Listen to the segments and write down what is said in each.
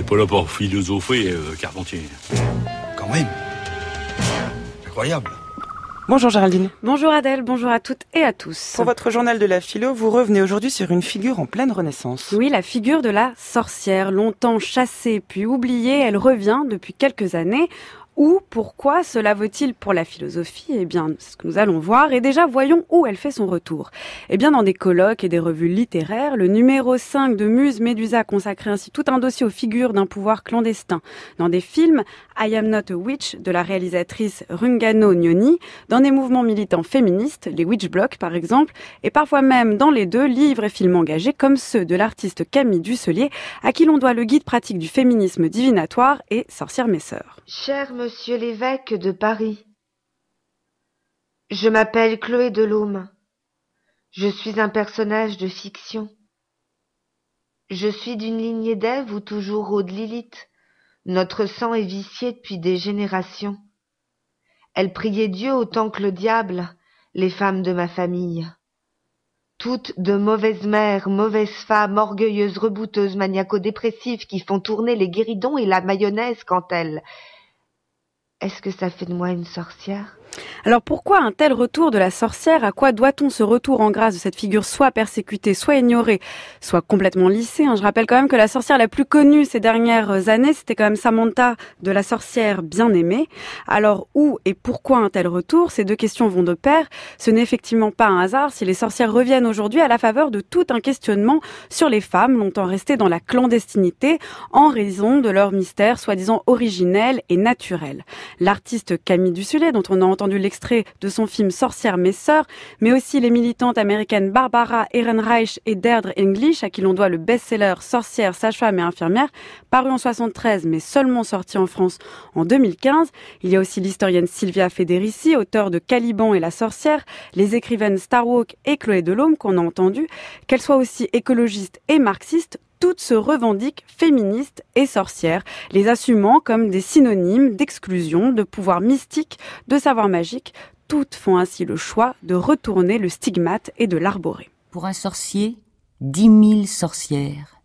Pas là pour philosopher, Carpentier. Quand même. Incroyable. Bonjour Géraldine. Bonjour Adèle, bonjour à toutes et à tous. Pour votre journal de la philo, vous revenez aujourd'hui sur une figure en pleine renaissance. Oui, la figure de la sorcière. Longtemps chassée puis oubliée, elle revient depuis quelques années. Où, pourquoi, cela vaut-il pour la philosophie ? Eh bien, c'est ce que nous allons voir. Et déjà, voyons où elle fait son retour. Eh bien, dans des colloques et des revues littéraires, le numéro 5 de Muse Médusa consacrait ainsi tout un dossier aux figures d'un pouvoir clandestin. Dans des films, I Am Not a Witch de la réalisatrice Rungano Nyoni, dans des mouvements militants féministes, les Witch Blocs par exemple, et parfois même dans les deux livres et films engagés comme ceux de l'artiste Camille Dusselier, à qui l'on doit le guide pratique du féminisme divinatoire et Sorcières mes sœurs. Cher monsieur l'évêque de Paris, je m'appelle Chloé Delhomme. Je suis un personnage de fiction. Je suis d'une lignée d'Ève ou toujours Aude Lilith. Notre sang est vicié depuis des générations. Elles priaient Dieu autant que le diable, les femmes de ma famille. Toutes de mauvaises mères, mauvaises femmes, orgueilleuses, rebouteuses, maniaco-dépressives qui font tourner les guéridons et la mayonnaise quand elles... Est-ce que ça fait de moi une sorcière ? Alors pourquoi un tel retour de la sorcière ? À quoi doit-on ce retour en grâce de cette figure soit persécutée, soit ignorée, soit complètement lissée ? Je rappelle quand même que la sorcière la plus connue ces dernières années, c'était quand même Samantha de la sorcière bien aimée. Alors où et pourquoi un tel retour ? Ces deux questions vont de pair. Ce n'est effectivement pas un hasard si les sorcières reviennent aujourd'hui à la faveur de tout un questionnement sur les femmes longtemps restées dans la clandestinité en raison de leur mystère soi-disant originel et naturel. L'artiste Camille Dusselier, dont on a entendu l'extrait de son film Sorcières mes sœurs, mais aussi les militantes américaines Barbara Ehrenreich et Deirdre English, à qui l'on doit le best-seller Sorcières, sages-femmes et infirmières, paru en 73 mais seulement sorti en France en 2015. Il y a aussi l'historienne Sylvia Federici, auteure de Caliban et la sorcière, les écrivaines Starhawk et Chloé Delhomme qu'on a entendu, qu'elles soient aussi écologistes et marxistes, toutes se revendiquent féministes et sorcières, les assumant comme des synonymes d'exclusion, de pouvoir mystique, de savoir magique. Toutes font ainsi le choix de retourner le stigmate et de l'arborer. Pour un sorcier, 10 000 sorcières.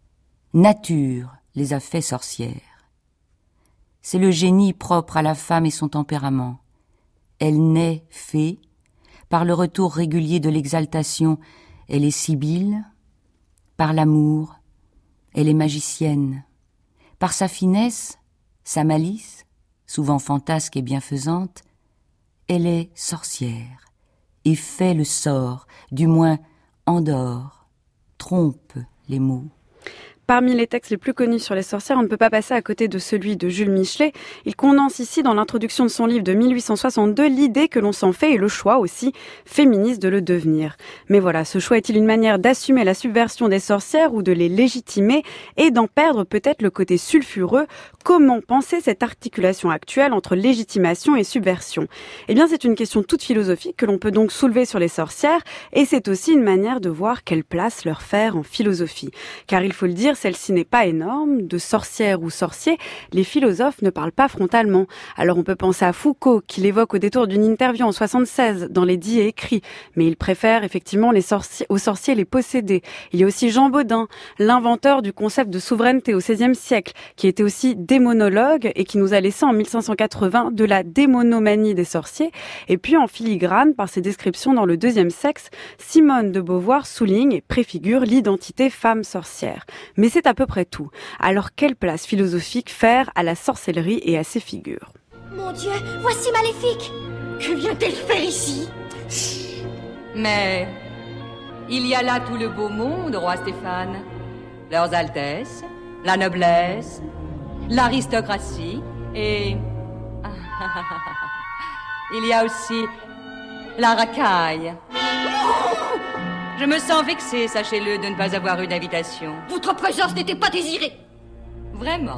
Nature les a fait sorcières. C'est le génie propre à la femme et son tempérament. Elle naît fée, par le retour régulier de l'exaltation, elle est sibylle, par l'amour, elle est magicienne. Par sa finesse, sa malice, souvent fantasque et bienfaisante, elle est sorcière et fait le sort, du moins endort, trompe les mots. Parmi les textes les plus connus sur les sorcières, on ne peut pas passer à côté de celui de Jules Michelet. Il condense ici, dans l'introduction de son livre de 1862, l'idée que l'on s'en fait et le choix aussi féministe de le devenir. Mais voilà, ce choix est-il une manière d'assumer la subversion des sorcières ou de les légitimer et d'en perdre peut-être le côté sulfureux ? Comment penser cette articulation actuelle entre légitimation et subversion ? Eh bien, c'est une question toute philosophique que l'on peut donc soulever sur les sorcières et c'est aussi une manière de voir quelle place leur faire en philosophie. Car il faut le dire, celle-ci n'est pas énorme. De sorcière ou sorcier, les philosophes ne parlent pas frontalement. Alors on peut penser à Foucault, qui l'évoque au détour d'une interview en 76 dans les dits et écrits. Mais il préfère effectivement aux sorciers les posséder. Il y a aussi Jean Bodin, l'inventeur du concept de souveraineté au XVIe siècle, qui était aussi démonologue et qui nous a laissé en 1580 de la démonomanie des sorciers. Et puis en filigrane, par ses descriptions dans le deuxième sexe, Simone de Beauvoir souligne et préfigure l'identité femme sorcière. Mais c'est à peu près tout. Alors quelle place philosophique faire à la sorcellerie et à ses figures ? Mon Dieu, voici Maléfique ! Que vient-elle faire ici ? Mais il y a là tout le beau monde, roi Stéphane. Leurs altesses, la noblesse, l'aristocratie et... il y a aussi la racaille. Je me sens vexée, sachez-le, de ne pas avoir eu d'invitation. Votre présence n'était pas désirée. Vraiment ?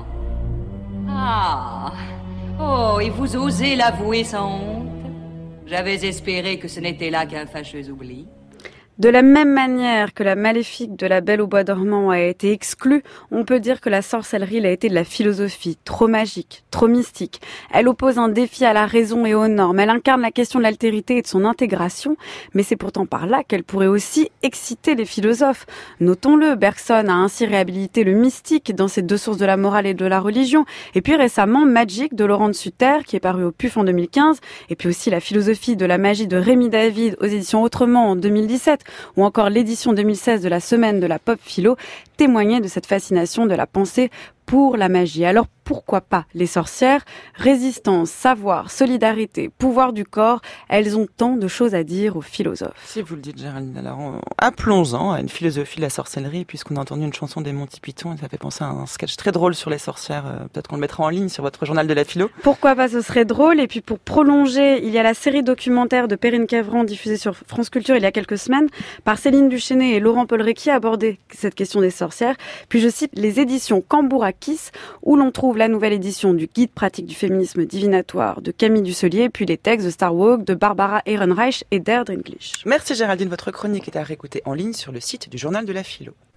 Ah. Oh, et vous osez l'avouer sans honte ? J'avais espéré que ce n'était là qu'un fâcheux oubli. De la même manière que la maléfique de La Belle au bois dormant a été exclue, on peut dire que la sorcellerie a été de la philosophie, trop magique, trop mystique. Elle oppose un défi à la raison et aux normes, elle incarne la question de l'altérité et de son intégration, mais c'est pourtant par là qu'elle pourrait aussi exciter les philosophes. Notons-le, Bergson a ainsi réhabilité le mystique dans ses deux sources de la morale et de la religion, et puis récemment Magic de Laurent de Sutter qui est paru au PUF en 2015, et puis aussi la philosophie de la magie de Rémi David aux éditions Autrement en 2017, ou encore l'édition 2016 de la Semaine de la Pop Philo, témoignaient de cette fascination de la pensée pour la magie. Alors pourquoi pas les sorcières? Résistance, savoir, solidarité, pouvoir du corps, elles ont tant de choses à dire aux philosophes. Si vous le dites, Géraldine, alors appelons-en à une philosophie de la sorcellerie, puisqu'on a entendu une chanson des Monty Python et ça fait penser à un sketch très drôle sur les sorcières. Peut-être qu'on le mettra en ligne sur votre journal de la philo. Pourquoi pas, ce serait drôle. Et puis pour prolonger, il y a la série documentaire de Perrine Cavran diffusée sur France Culture il y a quelques semaines par Céline Duchesnay et Laurent Pollery qui a abordé cette question des sorcières. Puis je cite les éditions Cambourakis où l'on trouve la nouvelle édition du Guide pratique du féminisme divinatoire de Camille Dusselier, puis les textes de Starwalk de Barbara Ehrenreich et Deirdre English. Merci Géraldine, votre chronique est à réécouter en ligne sur le site du journal de la philo.